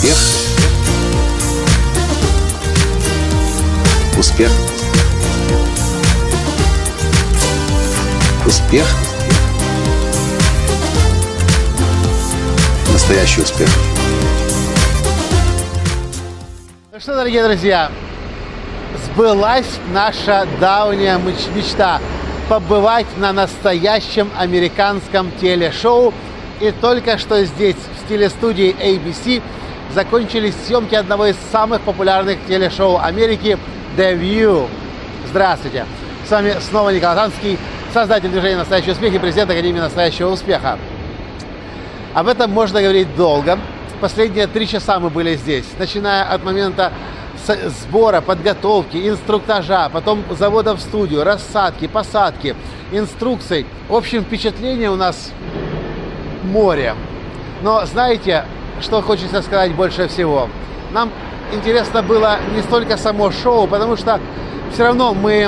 Успех. Успех. Успех. Настоящий успех. Ну что, дорогие друзья, сбылась наша давняя мечта побывать на настоящем американском телешоу. И только что здесь, в телестудии ABC, закончились съемки одного из самых популярных телешоу Америки The View. Здравствуйте! С вами снова Николай Танский, создатель движения «Настоящий успех» и президент Академии «Настоящего успеха». Об этом можно говорить долго. Последние 3 часа мы были здесь, начиная от момента сбора, подготовки, инструктажа, потом завода в студию, рассадки, посадки, инструкций. В общем, впечатление у нас море. Но знаете, что хочется сказать больше всего? Нам интересно было не столько само шоу, потому что все равно мы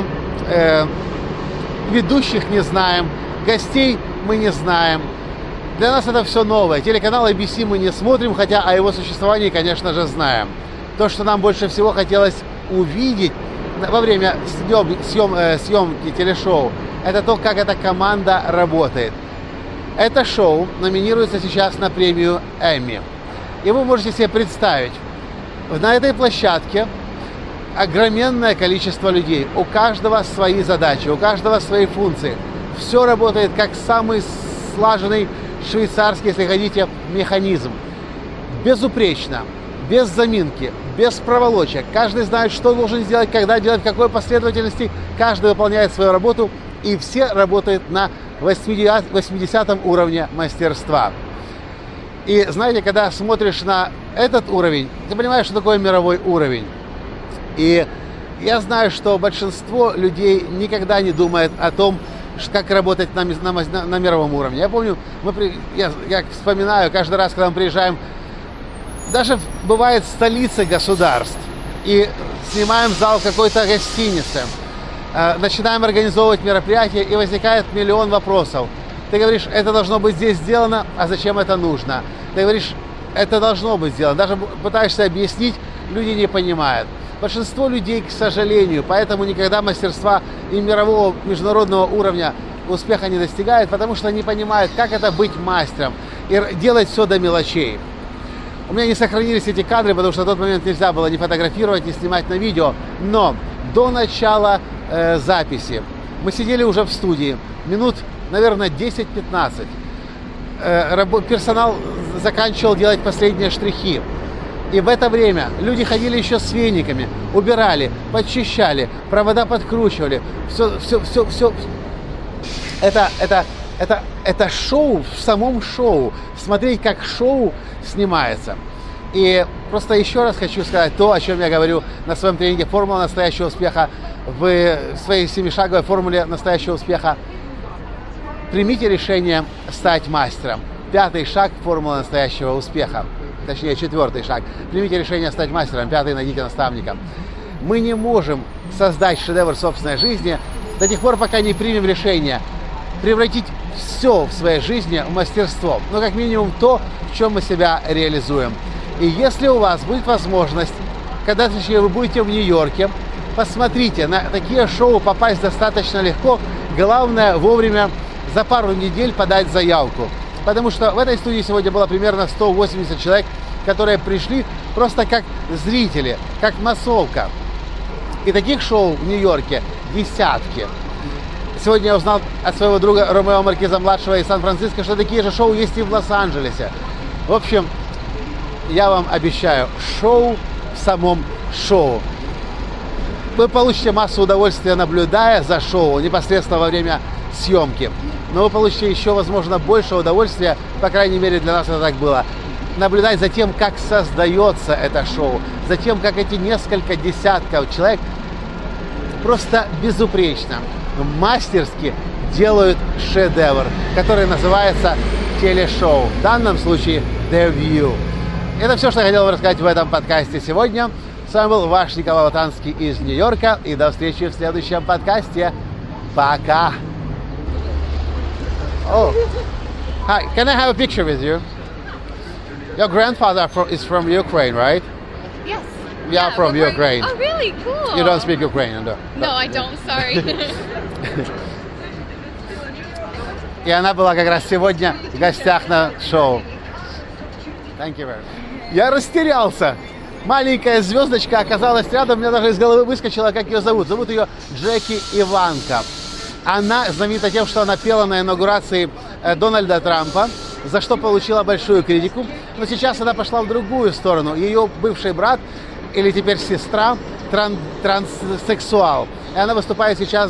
ведущих не знаем, гостей мы не знаем. Для нас это все новое. Телеканал ABC мы не смотрим, хотя о его существовании, конечно же, знаем. То, что нам больше всего хотелось увидеть во время съемки телешоу, это то, как эта команда работает. Это шоу номинируется сейчас на премию Эмми. И вы можете себе представить, на этой площадке огроменное количество людей. У каждого свои задачи, у каждого свои функции. Все работает как самый слаженный швейцарский, если хотите, механизм. Безупречно, без заминки, без проволочек. Каждый знает, что должен сделать, когда делать, в какой последовательности. Каждый выполняет свою работу, и все работают на 80 уровне мастерства. И знаете, когда смотришь на этот уровень, ты понимаешь, что такое мировой уровень. И я знаю, что большинство людей никогда не думает о том, как работать на мировом уровне. Я помню, я вспоминаю каждый раз, когда мы приезжаем, даже бывает в столице государств, и снимаем зал какой-то гостиницы, начинаем организовывать мероприятия, и возникает миллион вопросов. Ты говоришь, это должно быть здесь сделано, а зачем это нужно? Ты говоришь, это должно быть сделано. Даже пытаешься объяснить, люди не понимают. Большинство людей, к сожалению, поэтому никогда мастерства и мирового, международного уровня успеха не достигают, потому что не понимают, как это быть мастером и делать все до мелочей. У меня не сохранились эти кадры, потому что в тот момент нельзя было ни фотографировать, ни снимать на видео. Но до начала записи мы сидели уже в студии минут, наверное, 10-15. Персонал заканчивал делать последние штрихи. И в это время люди ходили еще с вениками, убирали, подчищали, провода подкручивали. Все. Это шоу в самом шоу. Смотреть, как шоу снимается. И просто еще раз хочу сказать то, о чем я говорю на своем тренинге «Формула настоящего успеха», в своей 7-шаговой формуле настоящего успеха. Примите решение стать мастером. 5-й шаг формулы настоящего успеха. Точнее, 4-й шаг. Примите решение стать мастером. 5-й найдите наставника. Мы не можем создать шедевр собственной жизни до тех пор, пока не примем решение превратить все в своей жизни в мастерство. Но как минимум то, в чем мы себя реализуем. И если у вас будет возможность, когда вы будете в Нью-Йорке, посмотрите, на такие шоу попасть достаточно легко. Главное вовремя за пару недель подать заявку. Потому что в этой студии сегодня было примерно 180 человек, которые пришли просто как зрители, как массовка. И таких шоу в Нью-Йорке десятки. Сегодня я узнал от своего друга Ромео Маркиза-младшего из Сан-Франциско, что такие же шоу есть и в Лос-Анджелесе. В общем, я вам обещаю, шоу в самом шоу. Вы получите массу удовольствия, наблюдая за шоу непосредственно во время съемки. Но вы получите еще, возможно, больше удовольствия, по крайней мере, для нас это так было, наблюдать за тем, как создается это шоу, за тем, как эти несколько десятков человек просто безупречно, мастерски делают шедевр, который называется телешоу. В данном случае The View. Это все, что я хотел рассказать в этом подкасте сегодня. С вами был ваш Николай Латанский из Нью-Йорка. И до встречи в следующем подкасте. Пока! Oh. Hi, can I have a picture with you? Your grandfather is from Ukraine, right? Yes. Yeah, from but we're- Ukraine. Oh, really? Cool. You don't speak Ukrainian, да? No, I don't. Sorry. И она была как раз сегодня в гостях на шоу. Thank you very much. Я растерялся. Маленькая звездочка оказалась рядом, у меня даже из головы выскочила, как ее зовут. Зовут ее Джеки Иванко. Она знаменита тем, что она пела на инаугурации Дональда Трампа, за что получила большую критику. Но сейчас она пошла в другую сторону. Ее бывший брат, или теперь сестра, транссексуал. И она выступает сейчас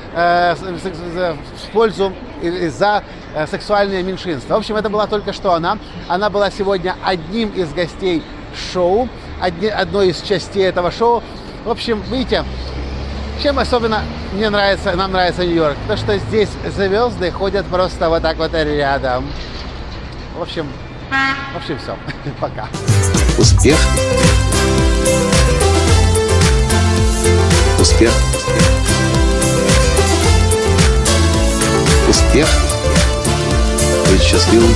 в пользу за сексуальные меньшинства. В общем, это была только что она. Она была сегодня одним из гостей шоу, одной из частей этого шоу. В общем, видите, чем особенно нам нравится Нью-Йорк? То, что здесь звезды ходят просто вот так вот рядом. В общем, все. Пока. Успех. Успех. Успех. Быть счастливым,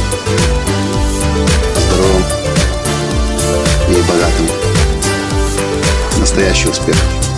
здоровым и богатым. Настоящий успех.